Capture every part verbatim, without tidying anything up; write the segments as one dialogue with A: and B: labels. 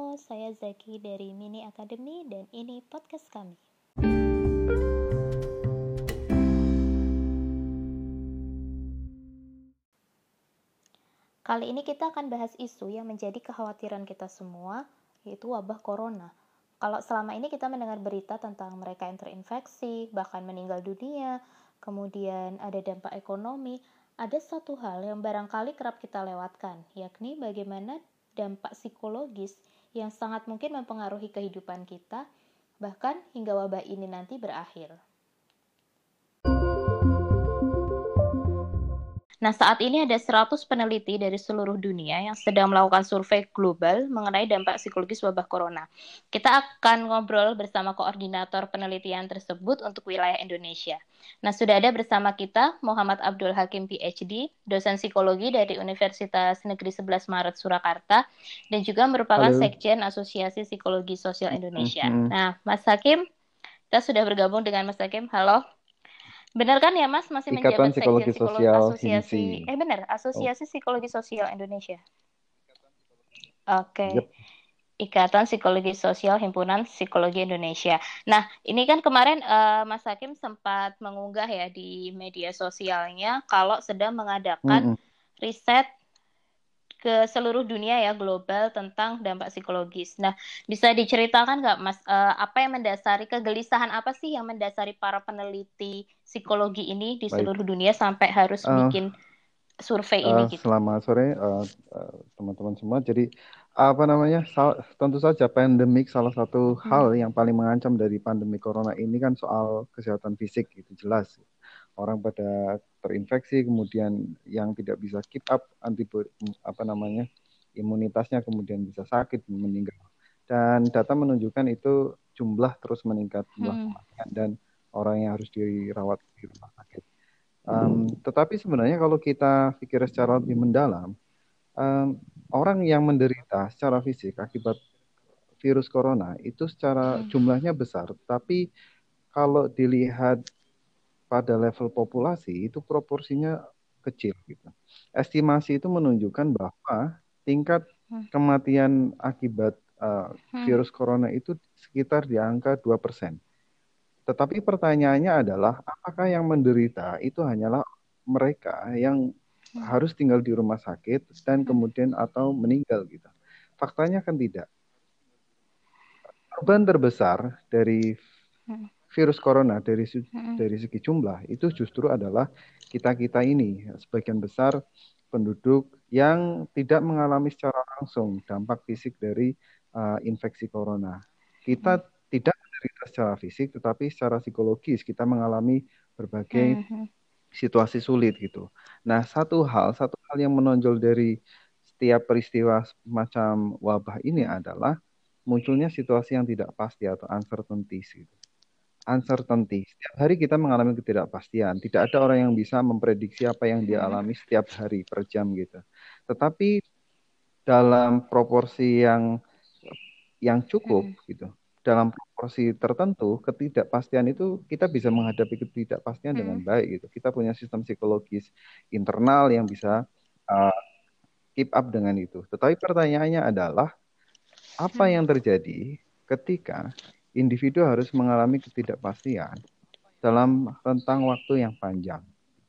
A: saya Zaki dari Mini Academy dan ini podcast kami. Kali ini kita akan bahas isu yang menjadi kekhawatiran kita semua, yaitu wabah corona. Kalau selama ini kita mendengar berita tentang mereka yang terinfeksi, bahkan meninggal dunia, kemudian ada dampak ekonomi, ada satu hal yang barangkali kerap kita lewatkan, yakni bagaimana dampak psikologis yang sangat mungkin mempengaruhi kehidupan kita, bahkan hingga wabah ini nanti berakhir. Nah, saat ini ada seratus peneliti dari seluruh dunia yang sedang melakukan survei global mengenai dampak psikologis wabah corona. Kita akan ngobrol bersama koordinator penelitian tersebut untuk wilayah Indonesia. Nah, sudah ada bersama kita Muhammad Abdul Hakim P H D, dosen psikologi dari Universitas Negeri sebelas Maret Surakarta, dan juga merupakan
B: Halo.
A: Sekjen Asosiasi Psikologi Sosial Indonesia.
B: Mm-hmm.
A: Nah, Mas Hakim, kita sudah bergabung dengan Mas Hakim. Halo. Benar kan ya Mas, masih
B: Ikatan
A: menjabat Sekjen
B: Psikologi
A: Psikologi
B: Sosial
A: Asosiasi
B: Himsi.
A: eh benar,
B: Oh,
A: Asosiasi Psikologi Sosial Indonesia. Oke.
B: yep.
A: Ikatan Psikologi Sosial Himpunan Psikologi Indonesia. Nah, ini kan kemarin uh, Mas Hakim sempat mengunggah ya di media sosialnya kalau sedang mengadakan
B: Mm-mm.
A: riset ke seluruh dunia ya, global, tentang dampak psikologis. Nah, bisa diceritakan nggak Mas, uh, apa yang mendasari, kegelisahan apa sih yang mendasari para peneliti psikologi ini di
B: Baik.
A: seluruh dunia sampai harus
B: Uh,
A: bikin survei
B: uh,
A: ini gitu?
B: Selamat sore uh, uh, teman-teman semua. Jadi apa namanya? Sal- tentu saja pandemik salah satu
A: Hmm.
B: hal yang paling mengancam dari pandemi corona ini kan soal kesehatan fisik, itu jelas. Orang pada terinfeksi, kemudian yang tidak bisa keep up antibody apa namanya imunitasnya, kemudian bisa sakit, meninggal. Dan data menunjukkan itu jumlah terus meningkat, jumlah
A: Hmm.
B: kematian dan orang yang harus dirawat di rumah sakit. Um, tetapi sebenarnya kalau kita pikir secara lebih mendalam, um, orang yang menderita secara fisik akibat virus corona itu secara
A: Hmm.
B: jumlahnya besar, tapi kalau dilihat pada level populasi itu proporsinya kecil gitu. Estimasi itu menunjukkan bahwa tingkat kematian akibat uh, virus corona itu sekitar di angka dua persen. Tetapi pertanyaannya adalah apakah yang menderita itu hanyalah mereka yang harus tinggal di rumah sakit dan kemudian atau meninggal gitu. Faktanya kan tidak. Korban terbesar dari virus corona dari dari segi jumlah itu justru adalah kita-kita ini, sebagian besar penduduk yang tidak mengalami secara langsung dampak fisik dari uh, infeksi corona. Kita tidak menderita secara fisik, tetapi secara psikologis kita mengalami berbagai situasi sulit gitu. Nah, satu hal, satu hal yang menonjol dari setiap peristiwa semacam wabah ini adalah munculnya situasi yang tidak pasti atau uncertainty gitu. Uncertainty. Setiap hari kita mengalami ketidakpastian. Tidak ada orang yang bisa memprediksi apa yang dia alami setiap hari per jam gitu. Tetapi dalam proporsi yang yang cukup gitu. Dalam proporsi tertentu, ketidakpastian itu kita bisa menghadapi ketidakpastian dengan baik gitu. Kita punya sistem psikologis internal yang bisa uh, keep up dengan itu. Tetapi pertanyaannya adalah apa yang terjadi ketika individu harus mengalami ketidakpastian dalam rentang waktu yang panjang.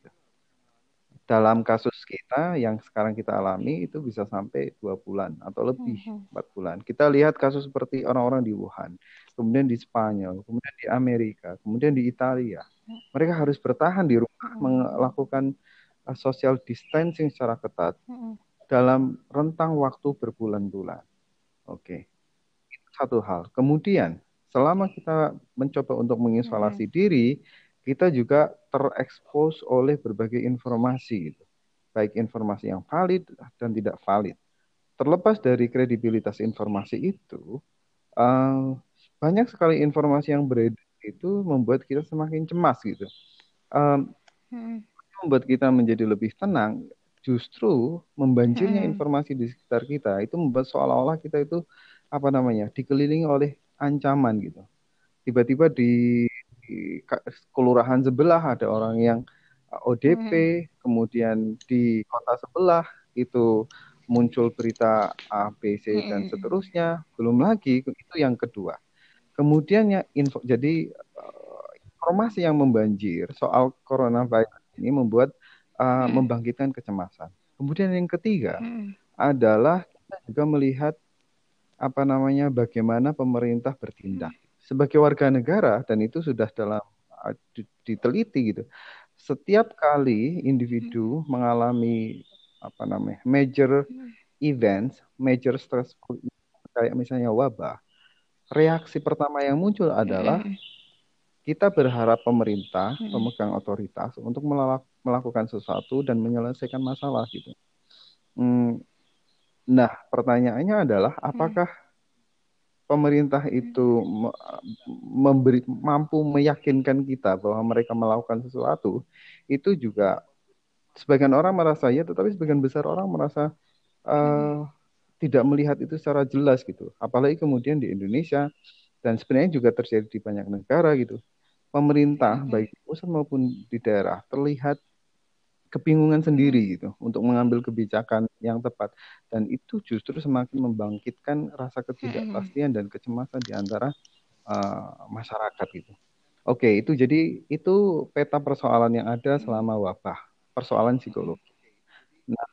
B: Dalam kasus kita yang sekarang kita alami itu bisa sampai dua bulan atau lebih, empat bulan. Kita lihat kasus seperti orang-orang di Wuhan, kemudian di Spanyol, kemudian di Amerika, kemudian di Italia. Mereka harus bertahan di rumah, melakukan uh, social distancing secara ketat dalam rentang waktu berbulan-bulan. Oke, itu satu hal. Kemudian, selama kita mencoba untuk mengisolasi diri, kita juga terekspos oleh berbagai informasi, baik informasi yang valid dan tidak valid. Terlepas dari kredibilitas informasi itu, uh, banyak sekali informasi yang beredar itu membuat kita semakin cemas gitu. Um, membuat kita menjadi lebih tenang, justru membanjirnya informasi di sekitar kita itu membuat seolah-olah kita itu apa namanya dikelilingi oleh ancaman gitu. Tiba-tiba di, di kelurahan sebelah ada orang yang O D P, kemudian di kota sebelah itu muncul berita A, B, C dan seterusnya. Belum lagi itu yang kedua. Kemudian ya info, jadi uh, informasi yang membanjir soal coronavirus ini membuat uh, hmm. membangkitkan kecemasan. Kemudian yang ketiga hmm. adalah kita juga melihat apa namanya bagaimana pemerintah bertindak hmm. sebagai warga negara, dan itu sudah dalam uh, diteliti gitu. Setiap kali individu hmm. mengalami apa namanya major hmm. events, major stressful kayak misalnya wabah, reaksi pertama yang muncul adalah kita berharap pemerintah, pemegang otoritas untuk melakukan sesuatu dan menyelesaikan masalah gitu. Nah, pertanyaannya adalah apakah pemerintah itu memberi mampu meyakinkan kita bahwa mereka melakukan sesuatu? Itu juga sebagian orang merasa ya, tetapi sebagian besar orang merasa uh, tidak melihat itu secara jelas gitu. Apalagi kemudian di Indonesia, dan sebenarnya juga terjadi di banyak negara gitu. Pemerintah, mm-hmm. baik di pusat maupun di daerah, terlihat kebingungan sendiri mm-hmm. gitu untuk mengambil kebijakan yang tepat. Dan itu justru semakin membangkitkan rasa ketidakpastian mm-hmm. dan kecemasan di antara uh, masyarakat gitu. Oke, itu jadi itu peta persoalan yang ada selama wabah, persoalan psikologi. Nah,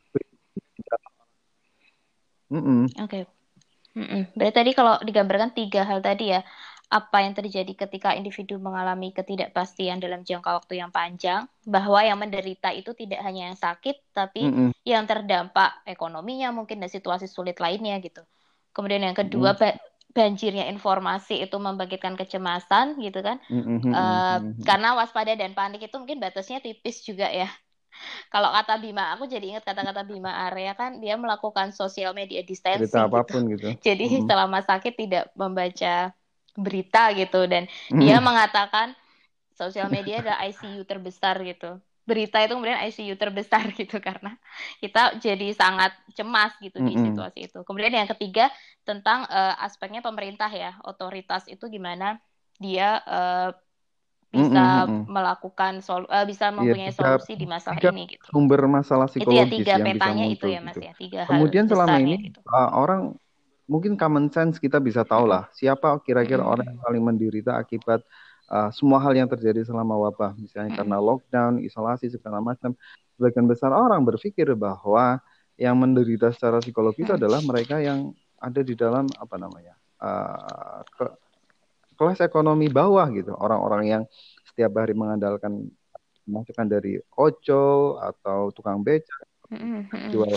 A: Oke. Okay. Mm-mm. Berarti tadi kalau digambarkan tiga hal tadi ya, apa yang terjadi ketika individu mengalami ketidakpastian dalam jangka waktu yang panjang, bahwa yang menderita itu tidak hanya yang sakit, tapi Mm-mm. yang terdampak ekonominya mungkin dan situasi sulit lainnya gitu. Kemudian yang kedua, ba- banjirnya informasi itu membangkitkan kecemasan gitu kan,
B: Mm-mm.
A: uh, karena waspada dan panik itu mungkin batasnya tipis juga ya. Kalau kata Bima, aku jadi ingat kata-kata Bima Arya kan, dia melakukan social media distancing
B: cerita apapun gitu.
A: gitu. Jadi
B: mm-hmm.
A: selama sakit tidak membaca berita gitu, dan mm-hmm. dia mengatakan social media adalah I C U terbesar gitu. Berita itu kemudian I C U terbesar gitu, karena kita jadi sangat cemas gitu mm-hmm. di situasi itu. Kemudian yang ketiga tentang uh, aspeknya pemerintah ya, otoritas itu gimana dia uh, bisa mm-hmm. melakukan sol uh, bisa mempunyai ya, solusi di masalah ini gitu.
B: Sumber masalah psikologis
A: itu ya, tiga
B: yang bisa muncul
A: itu ya, Mas,
B: gitu.
A: ya, tiga
B: Kemudian
A: hal
B: selama ini
A: gitu.
B: uh, orang mungkin common sense kita bisa tahu lah mm-hmm. siapa kira-kira mm-hmm. orang yang paling menderita akibat uh, semua hal yang terjadi selama wabah, misalnya mm-hmm. karena lockdown, isolasi segala macam. Sebagian besar orang berpikir bahwa yang menderita secara psikologis mm-hmm. adalah mereka yang ada di dalam apa namanya uh, ke kelas ekonomi bawah gitu, orang-orang yang setiap hari mengandalkan masukan dari ojol atau tukang becak, mm-hmm. jual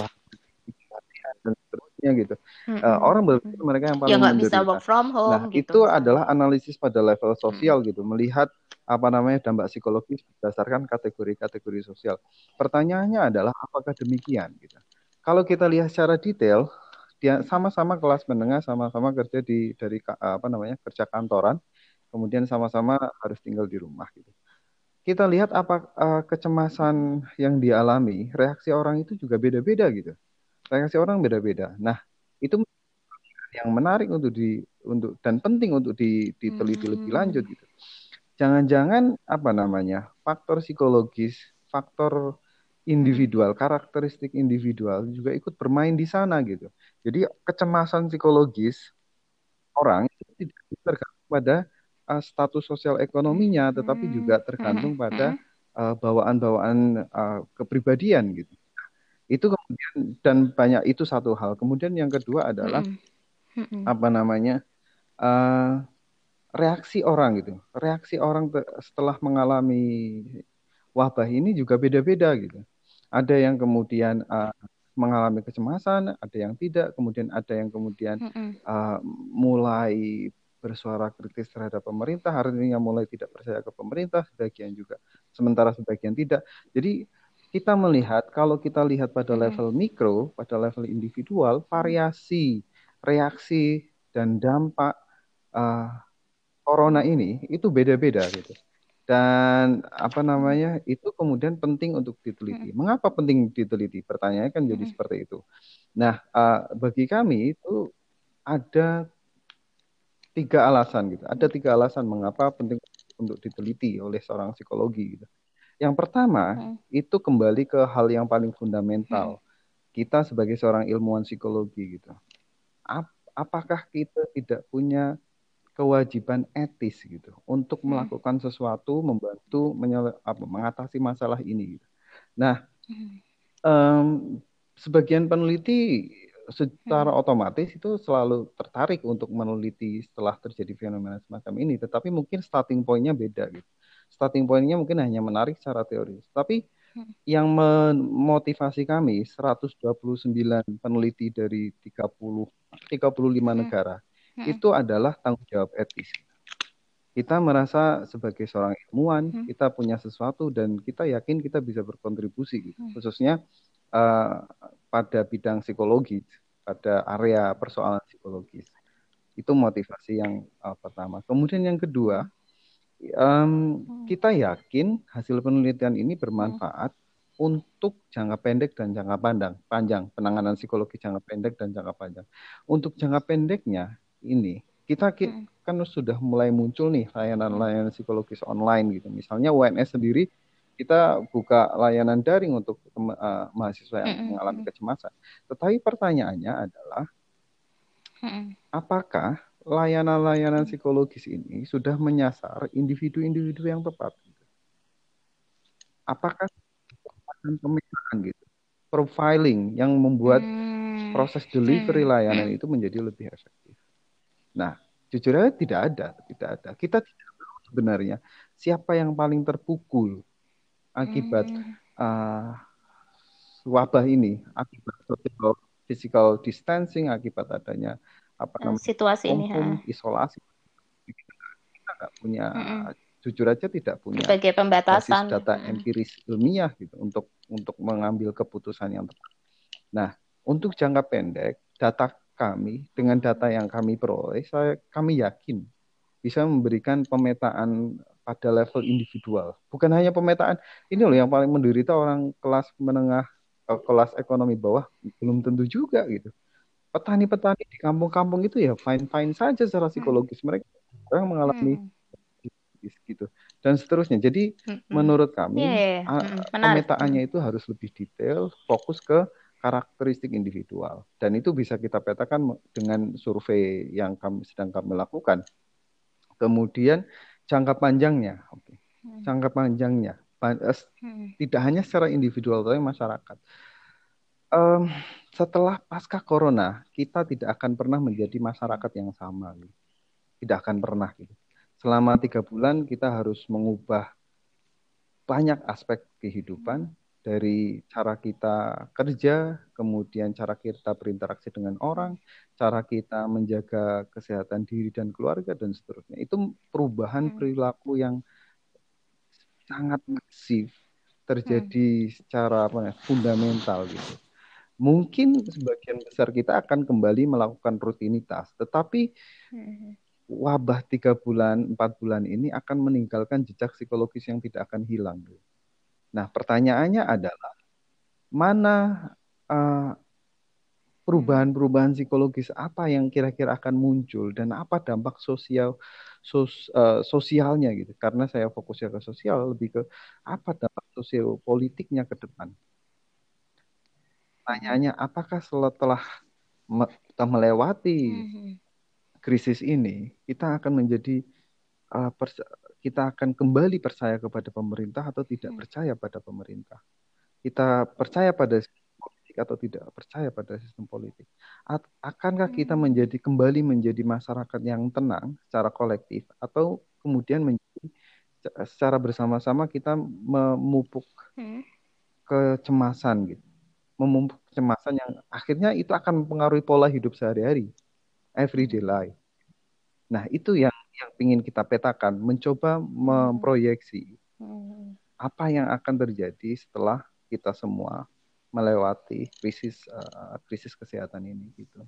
B: dan seterusnya gitu. Mm-hmm. Uh, orang berpikir mereka yang paling
A: ya,
B: menderita.
A: Bisa work from home,
B: nah
A: gitu,
B: itu
A: misalnya.
B: adalah analisis pada level sosial mm-hmm. gitu, melihat apa namanya dampak psikologis berdasarkan kategori-kategori sosial. Pertanyaannya adalah apakah demikian gitu. Kalau kita lihat secara detail, dia sama-sama kelas menengah, sama-sama kerja di dari apa namanya kerja kantoran, kemudian sama-sama harus tinggal di rumah gitu. Kita lihat apa uh, kecemasan yang dialami, reaksi orang itu juga beda-beda gitu. Reaksi orang beda-beda. Nah, itu yang menarik untuk di untuk dan penting untuk diteliti hmm. lebih lanjut gitu. Jangan-jangan apa namanya faktor psikologis, faktor individual, karakteristik individual juga ikut bermain di sana gitu. Jadi kecemasan psikologis orang itu tidak tergantung pada uh, status sosial ekonominya, tetapi juga tergantung pada uh, bawaan-bawaan uh, kepribadian gitu. Itu kemudian, dan banyak itu satu hal. Kemudian yang kedua adalah apa namanya uh, reaksi orang gitu. Reaksi orang te- setelah mengalami wabah ini juga beda-beda gitu. Ada yang kemudian uh, mengalami kecemasan, ada yang tidak, kemudian ada yang kemudian uh, mulai bersuara kritis terhadap pemerintah, artinya mulai tidak percaya ke pemerintah, sebagian juga, sementara sebagian tidak. Jadi kita melihat, kalau kita lihat pada level mikro, pada level individual, variasi reaksi dan dampak uh, corona ini itu beda-beda gitu. Dan apa namanya itu kemudian penting untuk diteliti. Mengapa penting diteliti? Pertanyaannya kan jadi seperti itu. Nah, uh, bagi kami itu ada tiga alasan gitu. Ada tiga alasan mengapa penting untuk diteliti oleh seorang psikologi gitu. Yang pertama itu kembali ke hal yang paling fundamental. kita sebagai seorang ilmuwan psikologi gitu, ap- apakah kita tidak punya kewajiban etis gitu untuk
A: Hmm.
B: melakukan sesuatu membantu menyele, apa, mengatasi masalah ini gitu. Nah, um, sebagian peneliti secara otomatis itu selalu tertarik untuk meneliti setelah terjadi fenomena semacam ini, tetapi mungkin starting point-nya beda gitu. Starting point-nya mungkin hanya menarik secara teoris, tapi yang memotivasi kami seratus dua puluh sembilan peneliti dari tiga puluh tiga puluh lima negara itu adalah tanggung jawab etis. Kita merasa sebagai seorang ilmuwan, kita punya sesuatu dan kita yakin kita bisa berkontribusi gitu. Khususnya uh, pada bidang psikologis, pada area persoalan psikologis. Itu motivasi yang uh, pertama. Kemudian yang kedua, um, kita yakin hasil penelitian ini bermanfaat untuk jangka pendek dan jangka pandang, panjang, penanganan psikologi jangka pendek dan jangka panjang. Untuk jangka pendeknya ini, kita kan sudah mulai muncul nih layanan-layanan psikologis online gitu. Misalnya U N S sendiri, kita buka layanan daring untuk uh, mahasiswa yang mengalami kecemasan. Tetapi pertanyaannya adalah, apakah layanan-layanan psikologis ini sudah menyasar individu-individu yang tepat? Apakah pemetaan gitu, profiling yang membuat proses delivery layanan itu menjadi lebih efektif? Nah, jujur aja tidak ada, tidak ada. Kita tidak tahu sebenarnya siapa yang paling terpukul akibat uh, wabah ini, akibat social physical distancing, akibat adanya apa namanya
A: situasi
B: home,
A: ini,
B: home isolasi. Kita nggak punya,
A: Mm-mm.
B: jujur aja tidak punya
A: berbagai
B: basis
A: pembatasan.
B: data
A: Mm-mm.
B: empiris ilmiah gitu untuk untuk mengambil keputusan yang tepat. Nah, untuk jangka pendek, data kami dengan data yang kami peroleh, saya kami yakin bisa memberikan pemetaan pada level individual. Bukan hanya pemetaan, ini loh yang paling menderita orang kelas menengah, kelas ekonomi bawah, belum tentu juga gitu. Petani-petani di kampung-kampung itu ya fine-fine saja secara psikologis. Mereka orang mengalami gitu dan seterusnya. Jadi
A: Mm-mm.
B: menurut kami
A: yeah, yeah. Mm-mm. Menarik.
B: pemetaannya itu harus lebih detail, fokus ke karakteristik individual, dan itu bisa kita petakan dengan survei yang kami sedang kami lakukan. Kemudian jangka panjangnya, oke, jangka panjangnya tidak hanya secara individual tapi masyarakat. Um, setelah pasca corona, kita tidak akan pernah menjadi masyarakat yang sama, tidak akan pernah gitu. Selama tiga bulan kita harus mengubah banyak aspek kehidupan, dari cara kita kerja, kemudian cara kita berinteraksi dengan orang, cara kita menjaga kesehatan diri dan keluarga, dan seterusnya. Itu perubahan perilaku yang sangat masif terjadi secara apa ya, fundamental gitu. Mungkin sebagian besar kita akan kembali melakukan rutinitas, tetapi wabah tiga bulan, empat bulan ini akan meninggalkan jejak psikologis yang tidak akan hilang. Nah, pertanyaannya adalah mana uh, perubahan-perubahan psikologis apa yang kira-kira akan muncul dan apa dampak sosial sos, uh, sosialnya gitu. Karena saya fokusnya ke sosial, lebih ke apa dampak sosial politiknya ke depan. Pertanyaannya, apakah setelah kita melewati krisis ini, kita akan menjadi uh, kita akan kembali percaya kepada pemerintah atau tidak percaya pada pemerintah? Kita percaya pada sistem politik atau tidak percaya pada sistem politik? Akankah kita menjadi kembali menjadi masyarakat yang tenang secara kolektif, atau kemudian menjadi secara bersama-sama kita memupuk kecemasan gitu, memupuk kecemasan yang akhirnya itu akan mempengaruhi pola hidup sehari-hari, everyday life. Nah, itu yang yang ingin kita petakan, mencoba memproyeksi apa yang akan terjadi setelah kita semua melewati krisis uh, krisis kesehatan ini gitu.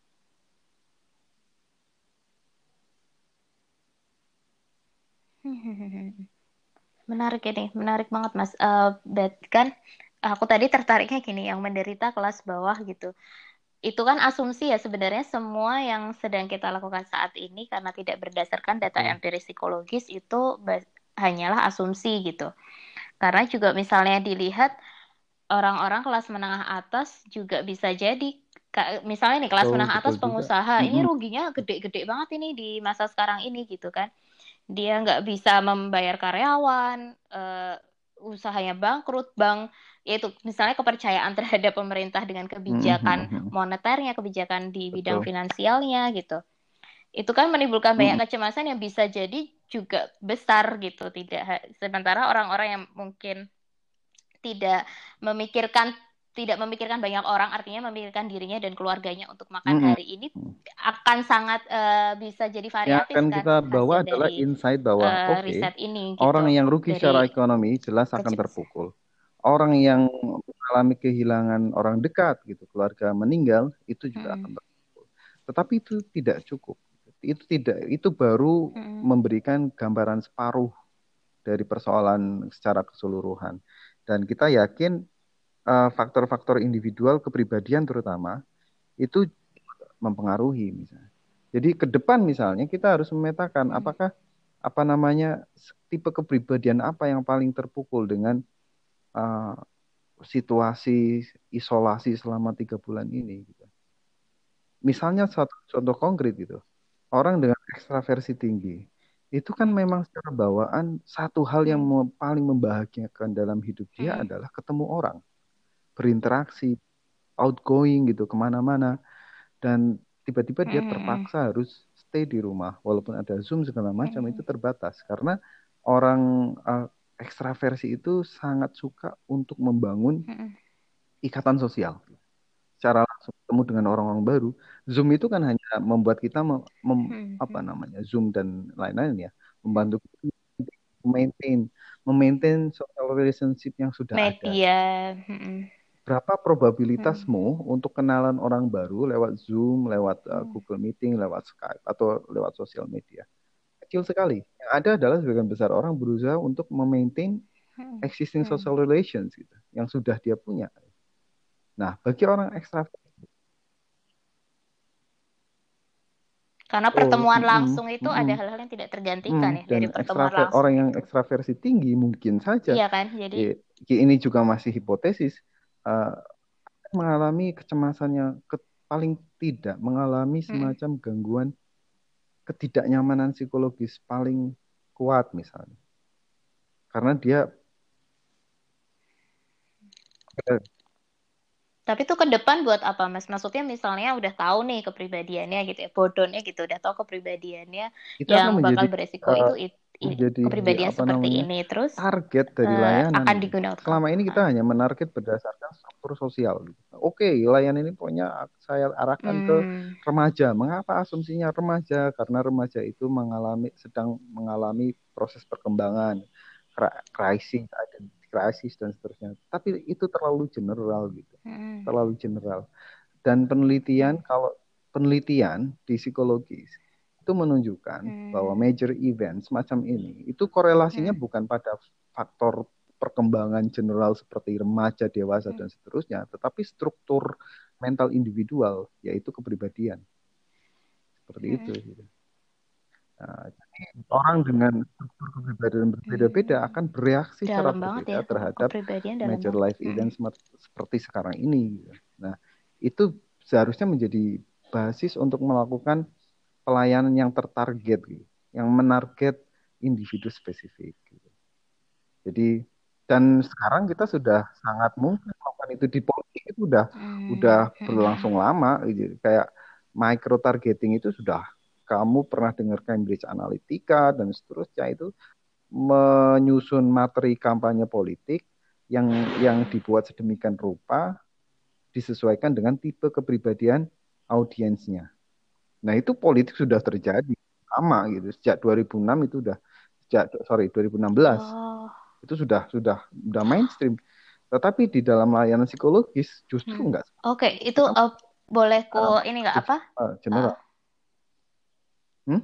A: Menarik ini, menarik banget Mas. Uh, kan aku tadi tertariknya gini, yang menderita kelas bawah gitu. Itu kan asumsi ya, sebenarnya semua yang sedang kita lakukan saat ini karena tidak berdasarkan data empiris psikologis itu hanyalah asumsi gitu. Karena juga misalnya dilihat orang-orang kelas menengah atas juga bisa jadi, misalnya nih kelas
B: betul,
A: menengah
B: betul
A: atas
B: juga.
A: pengusaha, ini
B: Mm-mm.
A: ruginya gede-gede banget ini di masa sekarang ini gitu kan. Dia nggak bisa membayar karyawan, uh, usahanya bangkrut, bank, yaitu misalnya kepercayaan terhadap pemerintah dengan kebijakan
B: Mm-mm.
A: moneternya, kebijakan di bidang
B: Betul.
A: finansialnya gitu. Itu kan menimbulkan
B: Mm-mm.
A: banyak kecemasan yang bisa jadi juga besar gitu. Tidak, sementara orang-orang yang mungkin tidak memikirkan tidak memikirkan banyak orang, artinya memikirkan dirinya dan keluarganya untuk makan
B: Mm-mm.
A: hari ini, akan sangat uh, bisa jadi
B: Yang
A: variatif
B: akan
A: kan
B: kita bawa
A: hasil
B: adalah
A: dari
B: insight bahwa
A: uh,
B: oke, okay,
A: riset ini
B: orang
A: gitu,
B: yang rugi secara
A: dari
B: ekonomi jelas akan
A: kecemasan.
B: terpukul. Orang yang mengalami kehilangan orang dekat gitu, keluarga meninggal, itu juga
A: Hmm.
B: akan terpukul. Tetapi itu tidak cukup. Itu tidak, itu baru
A: Hmm.
B: memberikan gambaran separuh dari persoalan secara keseluruhan. Dan kita yakin uh, faktor-faktor individual kepribadian terutama itu mempengaruhi misalnya. Jadi ke depan misalnya kita harus memetakan
A: Hmm.
B: apakah apa namanya tipe kepribadian apa yang paling terpukul dengan uh, situasi isolasi selama tiga bulan ini. Gitu. Misalnya satu contoh konkret gitu, orang dengan ekstraversi tinggi itu kan memang secara bawaan satu hal yang
A: Hmm.
B: paling membahagiakan dalam hidup dia
A: Hmm.
B: adalah ketemu orang, berinteraksi, outgoing gitu kemana-mana, dan tiba-tiba dia
A: Hmm.
B: terpaksa harus stay di rumah walaupun ada Zoom segala macam
A: Hmm.
B: itu terbatas karena orang uh, ekstraversi itu sangat suka untuk membangun
A: Hmm.
B: ikatan sosial secara langsung ketemu dengan orang-orang baru. Zoom itu kan hanya membuat kita mem, mem- apa
A: Hmm.
B: namanya Zoom dan lain-lain ya membantu maintain memaintain social relationship yang sudah ada.
A: Media. Hmm.
B: Berapa
A: Hmm.
B: probabilitasmu untuk kenalan orang baru lewat Zoom, lewat uh,
A: Hmm.
B: Google Meeting, lewat Skype atau lewat sosial media? Kecil sekali. Yang ada adalah sebagian besar orang berusaha untuk memaintain
A: Hmm.
B: existing
A: Hmm.
B: social relations gitu, yang sudah dia punya. Nah, bagi orang ekstrovert,
A: Karena
B: oh,
A: pertemuan
B: mm-mm,
A: langsung itu ada
B: mm-mm,
A: hal-hal yang tidak
B: mm,
A: tergantikan ya
B: dan
A: dari pertemuan
B: ekstraver
A: langsung
B: orang yang
A: itu.
B: ekstraversi tinggi mungkin saja,
A: Iya kan? Jadi
B: ya, ini juga masih hipotesis, uh, mengalami kecemasan yang ke- paling tidak mengalami
A: mm,
B: semacam gangguan ketidaknyamanan psikologis paling kuat misalnya. Karena dia
A: tapi itu ke depan buat apa Mas? Maksudnya misalnya udah tahu nih kepribadiannya gitu ya, bodohnya gitu, udah tahu kepribadiannya
B: itu akan
A: yang
B: menjadi
A: bakal beresiko
B: uh,
A: itu it- i-
B: menjadi
A: kepribadian
B: apa
A: seperti
B: namanya
A: ini, terus
B: target dari
A: eh,
B: layanan
A: akan
B: gitu.
A: digunakan.
B: Selama ini kita
A: Ah.
B: hanya menarget berdasarkan struktur sosial gitu. Oke, layanan ini pokoknya saya arahkan ke
A: Hmm.
B: remaja. Mengapa asumsinya remaja? Karena remaja itu mengalami sedang mengalami proses perkembangan, krisis, identity krisis dan seterusnya. Tapi itu terlalu general gitu.
A: Hmm.
B: Terlalu general. Dan penelitian, kalau penelitian di psikologis itu menunjukkan bahwa
A: Hmm.
B: major event semacam ini itu korelasinya
A: Hmm.
B: bukan pada faktor perkembangan general seperti remaja, dewasa
A: Hmm.
B: dan seterusnya, tetapi struktur mental individual yaitu kepribadian seperti
A: Hmm.
B: itu. Gitu. Nah, jadi orang dengan struktur kepribadian berbeda-beda
A: Hmm.
B: akan bereaksi secara
A: Dalam banget
B: berbeda
A: ya,
B: terhadap
A: kepribadian dalam
B: major
A: banget.
B: life
A: Hmm.
B: event seperti sekarang ini. Gitu. Nah, itu seharusnya menjadi basis untuk melakukan pelayanan yang tertarget, gitu, yang menarget individu spesifik. Gitu. Jadi dan sekarang kita sudah sangat mungkin melakukan itu di politik itu udah udah
A: Hmm.
B: berlangsung lama, gitu. Kayak micro targeting itu sudah kamu pernah dengar Cambridge Analytica dan seterusnya itu menyusun materi kampanye politik yang yang dibuat sedemikian rupa disesuaikan dengan tipe kepribadian audiensnya. Nah, itu politik sudah terjadi lama gitu. Sejak dua ribu enam itu udah sejak sorry dua ribu enam belas
A: Oh.
B: itu sudah sudah sudah mainstream. Tetapi di dalam layanan psikologis justru
A: Hmm.
B: enggak.
A: Oke, okay, itu
B: Kita
A: uh, boleh ku
B: uh,
A: ini nggak apa?
B: uh,
A: Uh,
B: general. Hmm?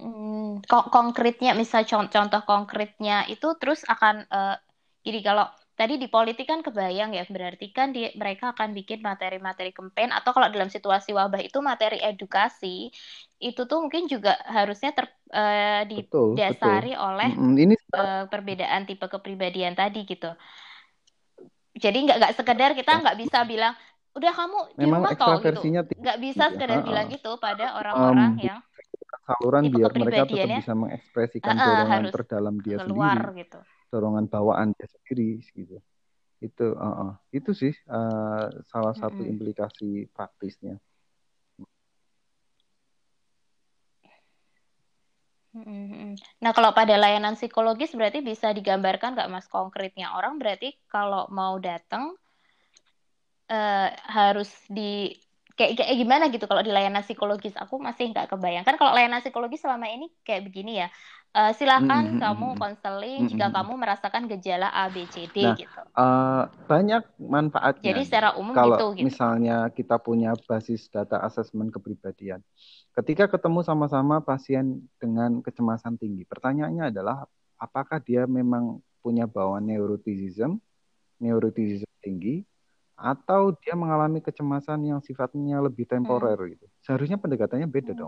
A: hmm, ko- konkretnya, misal contoh, contoh konkretnya itu terus akan uh, jadi kalau tadi di politik kan kebayang ya, berarti kan di, mereka akan bikin materi-materi campaign atau kalau dalam situasi wabah itu materi edukasi, itu tuh mungkin juga harusnya ter, eh,
B: Betul, betul.
A: didasari oleh
B: Mm-mm. Ini
A: eh, perbedaan tipe kepribadian tadi gitu. Jadi nggak nggak sekedar kita
B: ya,
A: nggak bisa bilang, udah kamu di
B: memang
A: rumah toh gitu.
B: ekstraversinya
A: Nggak bisa
B: tinggi ya.
A: sekedar bilang
B: Ha-ha.
A: gitu pada orang-orang yang
B: Membuka saluran
A: tipe
B: biar mereka tetap
A: kepribadiannya
B: bisa mengekspresikan
A: eh, eh,
B: dorongan
A: harus
B: terdalam dia
A: keluar
B: sendiri,
A: gitu.
B: dorongan bawaan dia sendiri gitu. Itu, uh-uh. Itu sih uh, salah satu
A: Mm-mm.
B: implikasi praktisnya.
A: Mm-mm. Nah, kalau pada layanan psikologis berarti bisa digambarkan nggak Mas konkretnya orang berarti kalau mau datang eh, harus di kayak kayak gimana gitu kalau di layanan psikologis aku masih nggak kebayangkan kalau layanan psikologis selama ini kayak begini ya. Eh, silakan kamu
B: Mm-mm.
A: konseling jika
B: Mm-mm.
A: kamu merasakan gejala A B C D
B: Nah,
A: gitu.
B: uh, banyak manfaatnya
A: Jadi
B: gitu.
A: secara umum
B: Kalau
A: gitu gitu.
B: misalnya kita punya basis data asesmen kepribadian, ketika ketemu sama-sama pasien dengan kecemasan tinggi, pertanyaannya adalah apakah dia memang punya bawaan neuroticism, neuroticism tinggi, atau dia mengalami kecemasan yang sifatnya lebih
A: Hmm.
B: temporer gitu. Seharusnya pendekatannya beda
A: Hmm.
B: dong.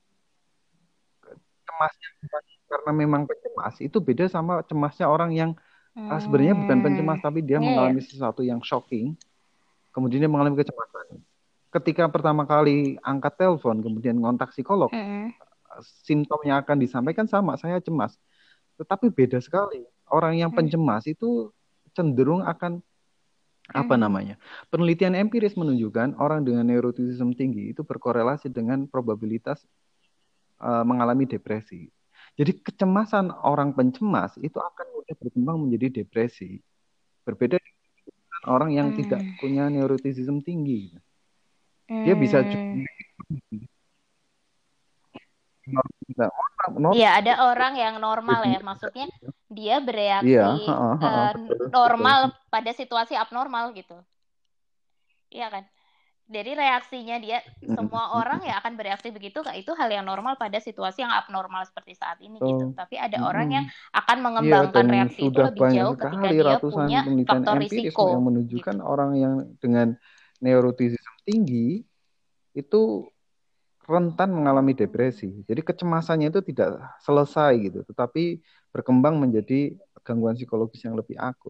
B: Cemasnya karena memang pencemas itu beda sama cemasnya orang yang ah, sebenarnya bukan
A: Hmm.
B: pencemas tapi dia
A: Iya ya.
B: mengalami sesuatu yang shocking, kemudian dia mengalami kecemasan. Ketika pertama kali angkat telepon, kemudian ngontak psikolog,
A: Hmm.
B: simptom yang akan disampaikan sama, saya cemas. Tetapi beda sekali. Orang yang
A: Hmm.
B: pencemas itu cenderung akan apa
A: Hmm.
B: namanya? Penelitian empiris menunjukkan orang dengan neuroticism tinggi itu berkorelasi dengan probabilitas uh, mengalami depresi. Jadi kecemasan orang pencemas itu akan mudah berkembang menjadi depresi. Berbeda dengan orang yang tidak
A: Hmm.
B: punya neuroticism tinggi. Dia bisa
A: Hmm.
B: normal,
A: Iya, ada orang yang normal ya, maksudnya dia
B: iya,
A: bereaksi
B: heeh, heeh,
A: eh,
B: betul, betul.
A: normal pada situasi abnormal gitu. Iya kan? Jadi reaksinya dia
B: Mm,
A: semua
B: mm,
A: orang ya
B: mm.
A: akan bereaksi begitu, kak itu hal yang normal pada situasi yang abnormal seperti saat ini gitu.
B: Betul.
A: Tapi ada orang yang
B: Mm-mm.
A: akan
B: Iya,
A: mengembangkan
B: dan
A: reaksi itu
B: sudah
A: lebih
B: banyak
A: jauh ketika
B: sekali
A: dia
B: ratusan
A: punya
B: penelitian
A: faktor
B: empiris
A: risiko
B: yang menunjukkan
A: gitu.
B: orang yang dengan neuroticism tinggi itu rentan mengalami depresi. Jadi kecemasannya itu tidak selesai gitu, tetapi berkembang menjadi gangguan psikologis yang lebih akut.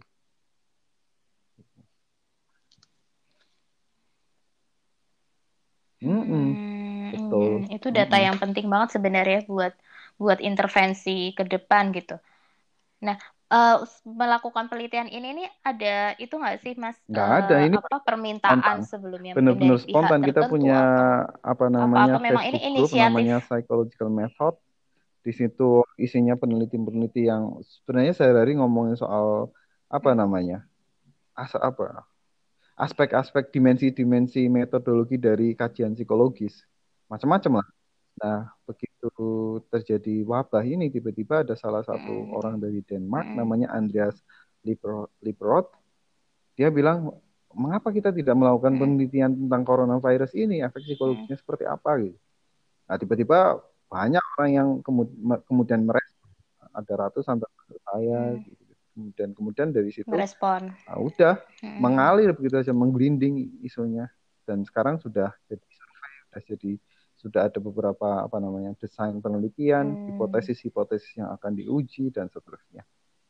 B: Mm-mm.
A: Hmm,
B: Betul.
A: hmm, itu data
B: Mm-mm.
A: yang penting banget sebenarnya buat buat intervensi ke depan gitu. Nah, eh, melakukan penelitian ini nih ada itu nggak sih Mas
B: Nggak ada,
A: eh,
B: ini
A: apa permintaan
B: spontan.
A: sebelumnya mungkin
B: Benar-benar
A: dari pihak
B: spontan. Kita
A: tertentu
B: punya
A: atau
B: apa
A: apa
B: namanya
A: atau memang ini
B: Facebook group
A: inisiatif?
B: namanya Psychological Method. Di situ isinya peneliti-peneliti yang sebenarnya sehari-hari ngomongin soal apa
A: Hmm,
B: namanya, as apa aspek-aspek dimensi-dimensi metodologi dari kajian psikologis, macam-macam lah. Nah, begitu terjadi wabah ini, tiba-tiba ada salah satu orang
A: hmm,
B: dari Denmark
A: hmm,
B: namanya Andreas Lippert. Dia bilang, mengapa kita tidak melakukan
A: hmm,
B: penelitian tentang coronavirus ini, efek
A: hmm,
B: psikologisnya seperti apa gitu. Nah, tiba-tiba banyak orang yang kemudian merespon, ada ratusan termasuk saya
A: hmm,
B: gitu. Kemudian kemudian dari situ
A: merespon.
B: nah, udah
A: Hmm,
B: mengalir begitu saja, menggelinding isunya, dan sekarang sudah jadi survei, sudah jadi sudah ada beberapa apa namanya desain penelitian,
A: hmm,
B: hipotesis-hipotesis yang akan diuji dan seterusnya.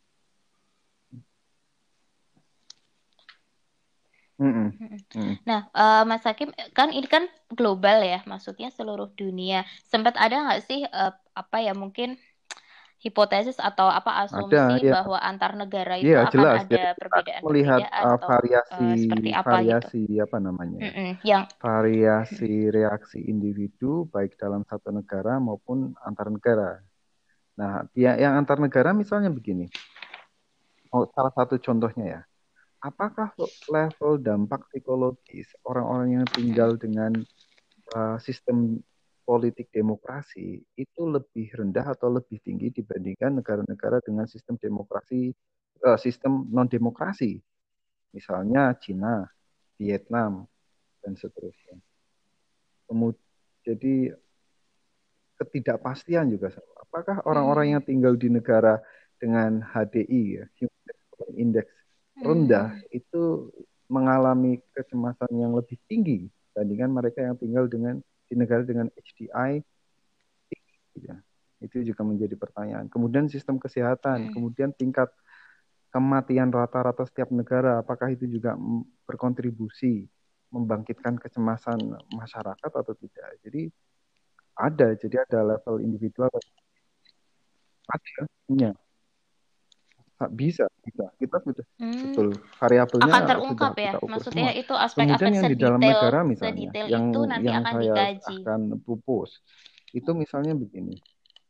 B: Mm-mm.
A: hmm.
B: Mm-mm.
A: Nah, eh, Mas Hakim kan ini kan global ya, maksudnya seluruh dunia. Sempat ada nggak sih eh, apa ya mungkin hipotesis atau apa
B: Ada
A: asumsi
B: ya.
A: bahwa antar negara itu
B: Iya,
A: akan
B: jelas.
A: ada
B: Jadi kita melihat
A: perbedaan-perbedaan
B: uh,
A: atau
B: variasi
A: eh, seperti apa gitu?
B: variasi apa namanya ya?
A: Mm-mm. Yang
B: Variasi reaksi individu baik dalam satu negara maupun antar negara. Nah, dia yang antar negara misalnya begini. Oh, salah satu contohnya ya. Apakah level dampak psikologis orang-orang yang tinggal dengan uh, sistem politik demokrasi itu lebih rendah atau lebih tinggi dibandingkan negara-negara dengan sistem demokrasi uh, sistem non demokrasi, misalnya Cina, Vietnam dan seterusnya. Kemudian jadi ketidakpastian juga sama. Apakah orang-orang
A: mm,
B: yang tinggal di negara dengan H D I ya, Human Development Index rendah hmm. itu mengalami kecemasan yang lebih tinggi dibandingkan mereka yang tinggal dengan di negara dengan H D I tinggi. Ya. Itu juga menjadi pertanyaan. Kemudian sistem kesehatan, hmm. kemudian tingkat kematian rata-rata setiap negara, apakah itu juga berkontribusi membangkitkan kecemasan masyarakat atau tidak? Jadi ada, jadi ada level individual. Ada, ya. Bisa, bisa. Kita sudah hmm. betul variabelnya
A: akan terungkap
B: sudah
A: ya.
B: kita ukur
A: Maksudnya
B: semua.
A: itu aspek-aspek
B: Kemudian yang di dalam
A: sedetail,
B: negara misalnya,
A: sedetail
B: yang
A: itu nanti
B: yang
A: akan
B: saya
A: dikaji.
B: akan propose itu misalnya begini,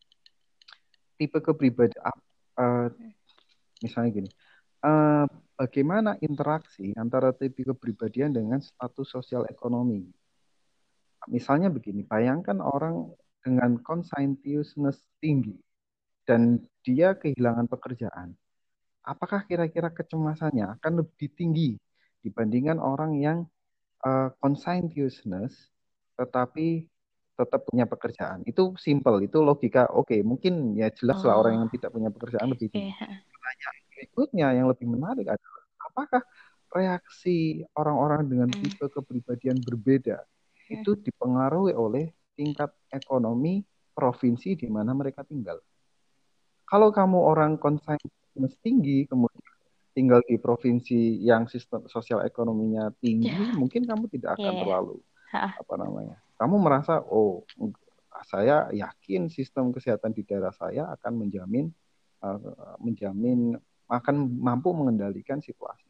B: tipe kepribadian, uh, misalnya gini, uh, bagaimana interaksi antara tipe kepribadian dengan status sosial ekonomi. Misalnya begini, bayangkan orang dengan conscientiousness tinggi dan dia kehilangan pekerjaan. Apakah kira-kira kecemasannya akan lebih tinggi dibandingkan orang yang uh, conscientiousness tetapi tetap punya pekerjaan? Itu simple, itu logika. Oke, okay, mungkin ya jelas lah oh. orang yang tidak punya pekerjaan lebih tinggi. Yeah. Pertanyaan berikutnya yang lebih menarik adalah apakah reaksi orang-orang dengan hmm. tipe kepribadian berbeda hmm. itu dipengaruhi oleh tingkat ekonomi provinsi di mana mereka tinggal? Kalau kamu orang conscientiousness tinggi, kemudian tinggal di provinsi yang sistem sosial ekonominya tinggi, yeah. mungkin kamu tidak akan yeah. terlalu ha. apa namanya. Kamu merasa, oh, saya yakin sistem kesehatan di daerah saya akan menjamin, uh, menjamin akan mampu mengendalikan situasi.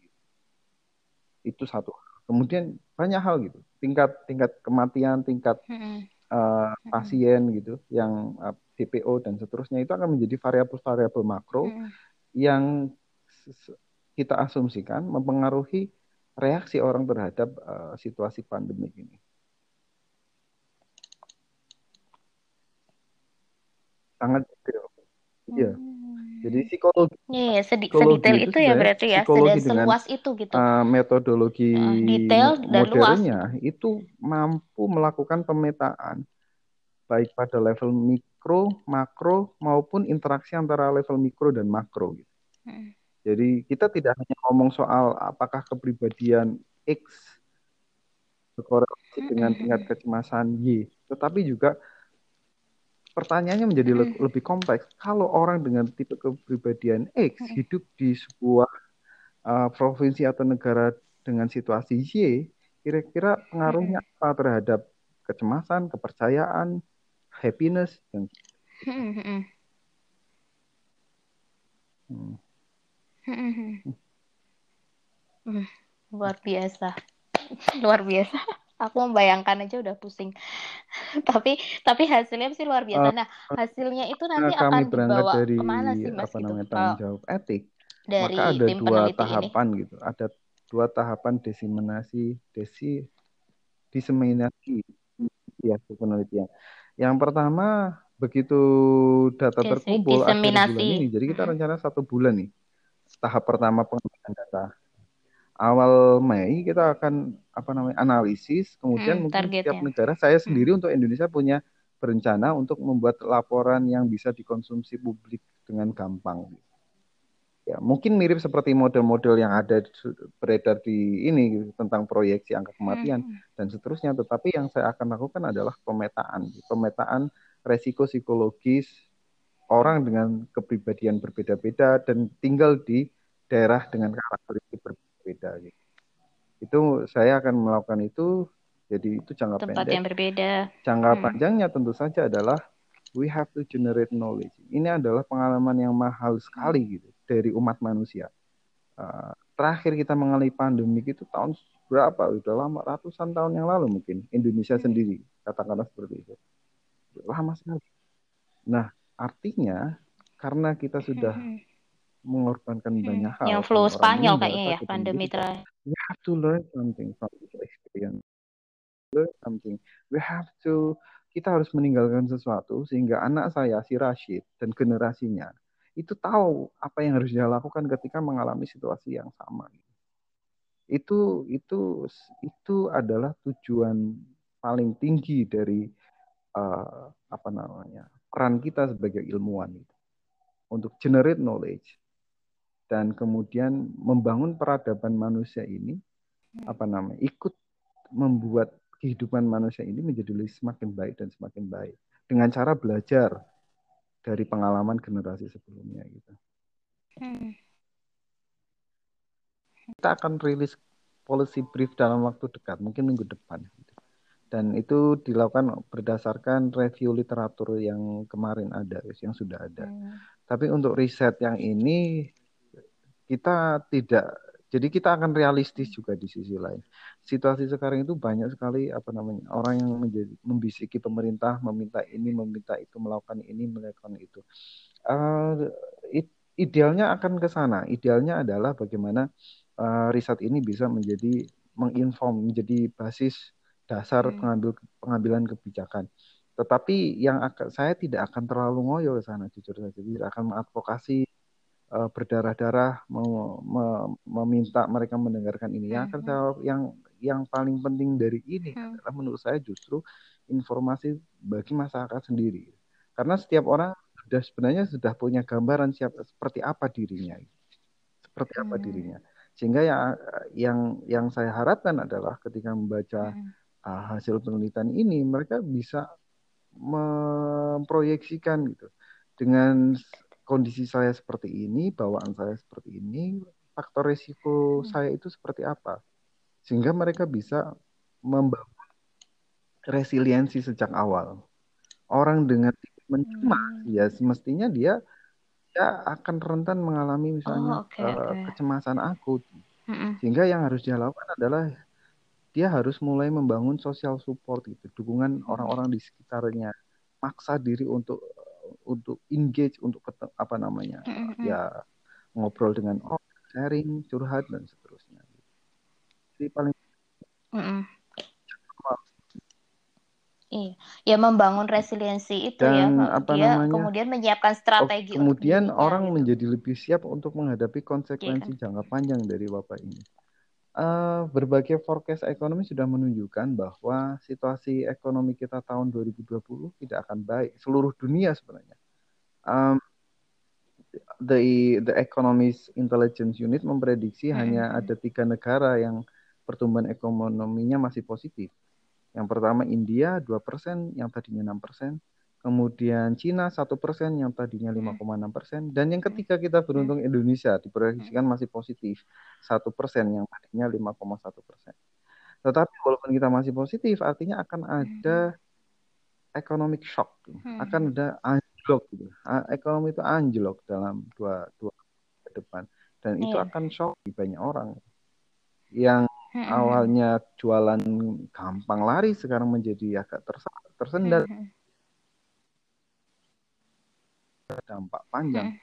B: Itu satu. Kemudian banyak hal gitu, tingkat tingkat kematian, tingkat hmm. uh, pasien gitu, yang uh, D P O dan seterusnya itu akan menjadi variabel-variabel makro hmm. yang kita asumsikan mempengaruhi reaksi orang terhadap uh, situasi pandemi ini. Sangat detail. Iya. Hmm. Jadi psikologi.
A: Iya, sedi- sedetail itu, itu ya berarti ya,
B: psikologi
A: seluas itu gitu.
B: Uh, metodologi
A: uh, detail dan
B: modernnya
A: luas gitu.
B: Itu mampu melakukan pemetaan baik pada level mikro, makro, maupun interaksi antara level mikro dan makro. Gitu. Hmm. Jadi kita tidak hanya ngomong soal apakah kepribadian X berkorelasi hmm. dengan tingkat kecemasan Y, tetapi juga pertanyaannya menjadi hmm. lebih kompleks. Kalau orang dengan tipe kepribadian X hmm. hidup di sebuah uh, provinsi atau negara dengan situasi Y, kira-kira pengaruhnya hmm. apa terhadap kecemasan, kepercayaan, happiness dan
A: hmm. Hmm. Hmm. Hmm. Luar biasa, luar biasa. Aku membayangkan aja udah pusing. tapi tapi hasilnya sih luar biasa. Nah, hasilnya itu nanti
B: nah,
A: akan
B: kami berangkat
A: dibawa
B: dari
A: kemana sih Mas
B: apa
A: gitu?
B: namanya tanggung jawab etik.
A: Dari
B: maka ada
A: tim
B: dua
A: peneliti
B: tahapan
A: ini.
B: gitu. Ada dua tahapan diseminasi, desi, diseminasi ya penelitian. Yang pertama begitu data
A: Desi,
B: terkumpul akhir
A: diseminasi.
B: bulan ini. Jadi kita
A: uh-huh.
B: rencana satu bulan nih. Tahap pertama pengambilan data. Awal Mei kita akan apa namanya analisis, kemudian hmm, mungkin targetnya. Setiap negara, saya sendiri hmm. untuk Indonesia punya berencana untuk membuat laporan yang bisa dikonsumsi publik dengan gampang. Ya, mungkin mirip seperti model-model yang ada beredar di ini tentang proyeksi angka kematian hmm. dan seterusnya. Tetapi yang saya akan lakukan adalah pemetaan, pemetaan resiko psikologis orang dengan kepribadian berbeda-beda dan tinggal di daerah dengan karakteristik berbeda. Beda gitu. Itu saya akan melakukan itu, jadi itu jangka
A: tempat
B: pendek.
A: Yang berbeda.
B: Jangka
A: hmm.
B: panjangnya tentu saja adalah we have to generate knowledge. Ini adalah pengalaman yang mahal sekali hmm. gitu dari umat manusia. Uh, terakhir kita mengalami pandemi itu tahun berapa? Udah lama, ratusan tahun yang lalu mungkin Indonesia hmm. sendiri, katakanlah seperti itu. Lama sekali. Nah, artinya karena kita sudah hmm. mengorbankan hmm. banyak hal.
A: Yang flu Spanyol kayaknya ya, pandemi terakhir.
B: We have to learn something from this experience. Learn something. We have to, kita harus meninggalkan sesuatu sehingga anak saya, si Rashid, dan generasinya, itu tahu apa yang harus dia lakukan ketika mengalami situasi yang sama. Itu, itu, itu adalah tujuan paling tinggi dari uh, apa namanya peran kita sebagai ilmuwan itu, untuk generate knowledge. dan kemudian membangun peradaban manusia ini, apa namanya, ikut membuat kehidupan manusia ini menjadi semakin baik dan semakin baik dengan cara belajar dari pengalaman generasi sebelumnya gitu.
A: Hmm.
B: Kita akan rilis policy brief dalam waktu dekat, mungkin minggu depan. Dan itu dilakukan berdasarkan review literatur yang kemarin ada, yang sudah ada. Hmm. Tapi untuk riset yang ini kita tidak, jadi kita akan realistis juga di sisi lain. Situasi sekarang itu banyak sekali apa namanya orang yang menjadi membisiki pemerintah, meminta ini, meminta itu, melakukan ini, melakukan itu. Uh, it, idealnya akan ke sana. Idealnya adalah bagaimana uh, riset ini bisa menjadi menginform, menjadi basis dasar hmm. pengambil pengambilan kebijakan. Tetapi yang akan, saya tidak akan terlalu ngoyo ke sana, jujur saja. Tidak akan mengadvokasi uh, berdarah-darah mem, mem, meminta mereka mendengarkan ini. Yang akan saya, yang yang paling penting dari ini hmm. adalah menurut saya justru informasi bagi masyarakat sendiri. Karena setiap orang sudah sebenarnya sudah punya gambaran siapa seperti apa dirinya, seperti apa hmm. dirinya. Sehingga yang yang yang saya harapkan adalah ketika membaca hmm. uh, hasil penelitian ini, mereka bisa memproyeksikan gitu dengan kondisi saya seperti ini, bawaan saya seperti ini, faktor resiko hmm. saya itu seperti apa, sehingga mereka bisa membangun resiliensi sejak awal. Orang dengan mencemas, hmm. ya semestinya dia dia akan rentan mengalami misalnya oh, okay, uh, okay. kecemasan akut. Mm-mm. Sehingga yang harus dia lakukan adalah dia harus mulai membangun social support gitu, dukungan mm-hmm. orang-orang di sekitarnya, maksa diri untuk untuk engage, untuk apa namanya mm-hmm. ya ngobrol dengan orang, sharing, curhat dan seterusnya. Jadi paling
A: mm-hmm. Iya, ya membangun resiliensi itu
B: dan,
A: ya,
B: apa
A: dia
B: namanya,
A: kemudian menyiapkan strategi
B: kemudian
A: untuk dirinya,
B: orang
A: gitu.
B: menjadi lebih siap untuk menghadapi konsekuensi
A: iya, kan?
B: jangka panjang dari wabah ini. Uh, berbagai forecast ekonomi sudah menunjukkan bahwa situasi ekonomi kita tahun dua ribu dua puluh tidak akan baik seluruh dunia sebenarnya. Um, the the Economist Intelligence Unit memprediksi mm-hmm. hanya ada tiga negara yang pertumbuhan ekonominya masih positif. Yang pertama India dua persen yang tadinya enam persen, kemudian Cina satu persen yang tadinya lima koma enam persen, dan yang ketiga kita beruntung Indonesia diproyeksikan masih positif satu persen yang tadinya lima koma satu persen. Tetapi walaupun kita masih positif, artinya akan ada economic shock, akan ada anjlok gitu. Ekonomi itu anjlok dalam dua dua ke depan, dan itu yeah. akan shock di banyak orang yang awalnya jualan gampang lari sekarang menjadi agak tersendat. Dampak panjang.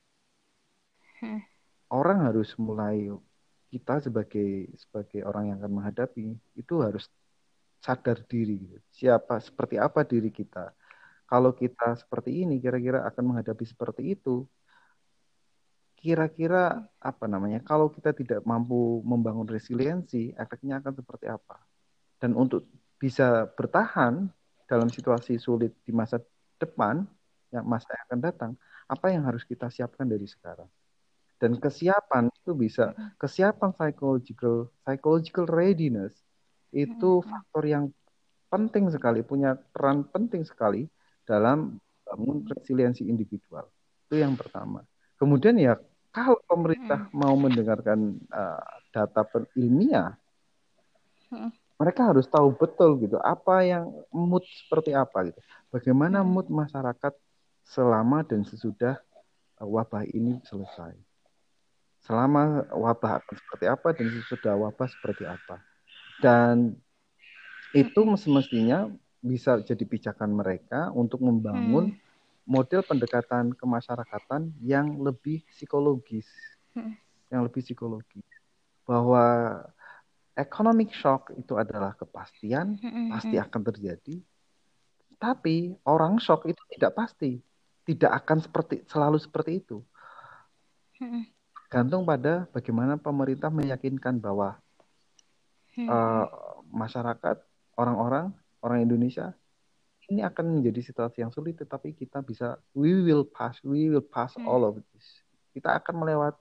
B: Orang harus mulai, kita sebagai sebagai orang yang akan menghadapi itu harus sadar diri. Siapa, seperti apa diri kita. Kalau kita seperti ini, kira-kira akan menghadapi seperti itu. Kira-kira apa namanya? Kalau kita tidak mampu membangun resiliensi, efeknya akan seperti apa? Dan untuk bisa bertahan dalam situasi sulit di masa depan, yang masa yang akan datang, apa yang harus kita siapkan dari sekarang? Dan kesiapan itu bisa, kesiapan psychological, psychological readiness itu faktor yang penting sekali, punya peran penting sekali dalam bangun resiliensi individual. Itu yang pertama. Kemudian ya, kalau pemerintah mau mendengarkan uh, data ilmiah, mereka harus tahu betul gitu apa yang mood seperti apa gitu. Bagaimana mood masyarakat selama dan sesudah wabah ini selesai. Selama wabah akan seperti apa dan sesudah wabah seperti apa. Dan itu semestinya bisa jadi pijakan mereka untuk membangun model pendekatan kemasyarakatan yang lebih psikologis. Yang lebih psikologis. Bahwa economic shock itu adalah kepastian, pasti akan terjadi. Tapi orang shock itu tidak pasti. Tidak akan seperti selalu seperti itu. Gantung pada bagaimana pemerintah meyakinkan bahwa uh, masyarakat, orang-orang, orang Indonesia ini akan menjadi situasi yang sulit, tetapi kita bisa, we will pass, we will pass all of this. Kita akan melewati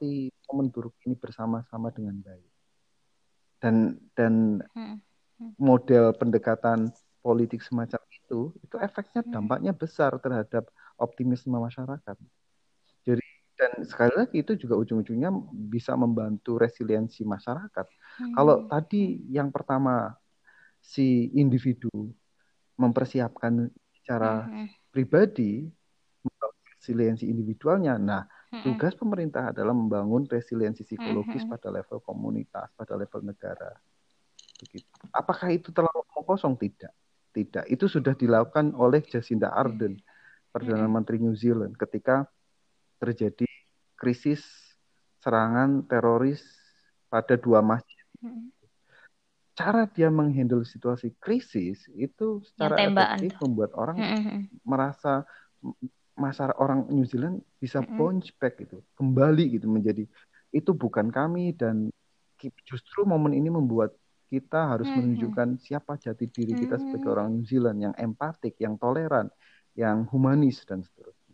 B: momen buruk ini bersama-sama dengan baik. Dan dan model pendekatan politik semacam itu, itu efeknya dampaknya besar terhadap optimisme masyarakat. Jadi dan sekali lagi itu juga ujung-ujungnya bisa membantu resiliensi masyarakat. Hmm. Kalau tadi yang pertama si individu mempersiapkan secara hmm. pribadi membangun resiliensi individualnya, nah hmm. tugas pemerintah adalah membangun resiliensi psikologis hmm. pada level komunitas, pada level negara. Begitu. Apakah itu terlalu kosong? Tidak, tidak. Itu sudah dilakukan oleh Jacinda Ardern, Perdana Menteri New Zealand, ketika terjadi krisis serangan teroris pada dua masjid. Hmm. Cara dia menghandle situasi krisis itu secara efektif tuh. Membuat orang hmm. merasa masyarakat orang New Zealand bisa hmm. bounce back gitu, kembali gitu menjadi itu bukan kami, dan justru momen ini membuat kita harus hmm. menunjukkan siapa jati diri kita hmm. sebagai orang New Zealand yang empatik, yang toleran, yang humanis dan seterusnya.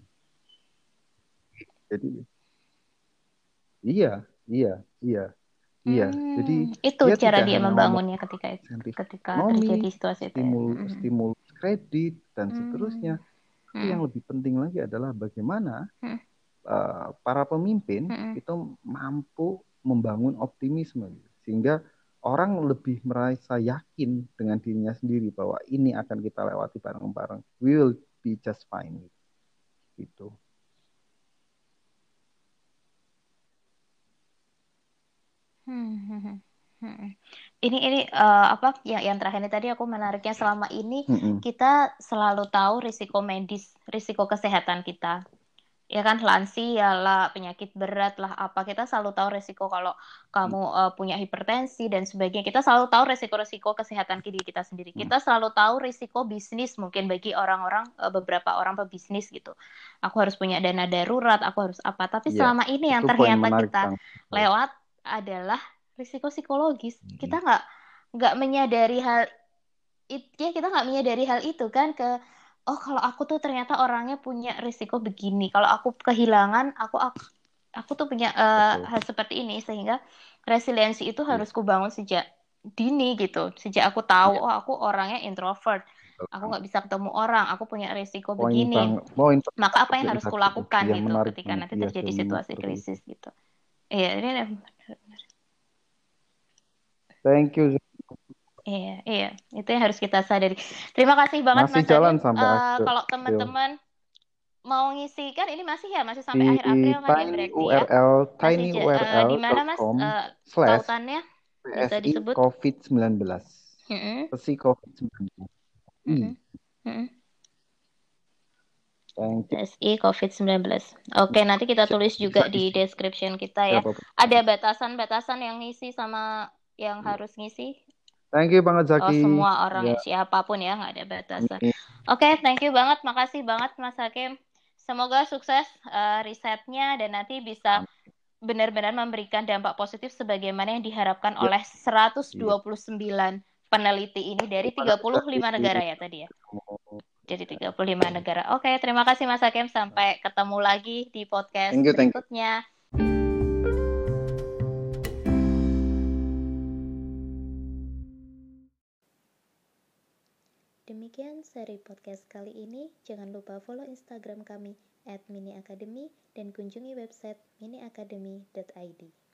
B: Jadi iya, iya, iya. Iya, hmm, jadi
A: itu
B: dia
A: cara dia membangunnya ketika itu, ketika
B: ekonomi,
A: terjadi situasi itu.
B: Stimul,
A: Ya?
B: stimulus kredit dan
A: hmm.
B: seterusnya. Tapi
A: hmm.
B: yang lebih penting lagi adalah bagaimana hmm. uh, para pemimpin hmm. itu mampu membangun optimisme, sehingga orang lebih merasa yakin dengan dirinya sendiri bahwa ini akan kita lewati bareng-bareng. We will be just fine. Gitu.
A: Hmm, hmm, hmm. Ini ini uh, apa yang yang terakhir ini tadi aku menariknya, selama ini hmm. kita selalu tahu risiko medis, risiko kesehatan kita, ya kan, lansia lah, penyakit berat lah, apa kita selalu tahu risiko kalau kamu uh, punya hipertensi dan sebagainya. Kita selalu tahu risiko-risiko kesehatan diri kita sendiri. Kita selalu tahu risiko bisnis mungkin bagi orang-orang uh, beberapa orang pebisnis gitu. Aku harus punya dana darurat, aku harus apa. Tapi yeah, selama ini yang ternyata kita bang. lewat adalah risiko psikologis. Hmm. Kita nggak nggak menyadari hal itu, ya kita nggak menyadari hal itu kan, ke oh kalau aku tuh ternyata orangnya punya risiko begini. Kalau aku kehilangan, aku aku, aku tuh punya uh, hal seperti ini, sehingga resiliensi itu yeah. harus kubangun sejak dini gitu. Sejak aku tahu yeah. oh aku orangnya introvert, aku nggak bisa ketemu orang, aku punya risiko poin begini. Bang, poin maka apa yang harus kulakukan gitu ketika nanti iya, terjadi situasi krisis itu. gitu. Iya, ini
B: thank you.
A: Iya, iya, itu yang harus kita sadari. Terima kasih banget
B: masih
A: Mas
B: jalan
A: Agim.
B: sampai
A: uh, kalau teman-teman mau ngisi kan ini masih ya masih sampai
B: di
A: akhir April kan ya berarti
B: U R L,
A: ya. Masih uh, di mana Mas uh, tautannya bisa disebut
B: covid sembilan belas.
A: Mm-hmm.
B: Pesi covid sembilan belas.
A: Mm-hmm. Mm-hmm.
B: Thank you.
A: S I covid sembilan belas. Oke, nanti kita tulis juga di description kita ya. Ada batasan-batasan yang ngisi sama yang harus ngisi.
B: Thank you banget Zaki.
A: Oh, semua orang ya. Siapapun ya, nggak ada batasan. Oke, okay, thank you banget, makasih banget Mas Hakim. Semoga sukses uh, risetnya dan nanti bisa benar-benar memberikan dampak positif sebagaimana yang diharapkan oleh seratus dua puluh sembilan peneliti ini dari tiga puluh lima negara ya tadi ya. Jadi tiga puluh lima negara. Oke, okay, terima kasih Mas Hakim. Sampai ketemu lagi di podcast thank you, thank you. berikutnya. Demikian seri podcast kali ini. Jangan lupa follow Instagram kami at mini academy dan kunjungi website mini academy dot i d.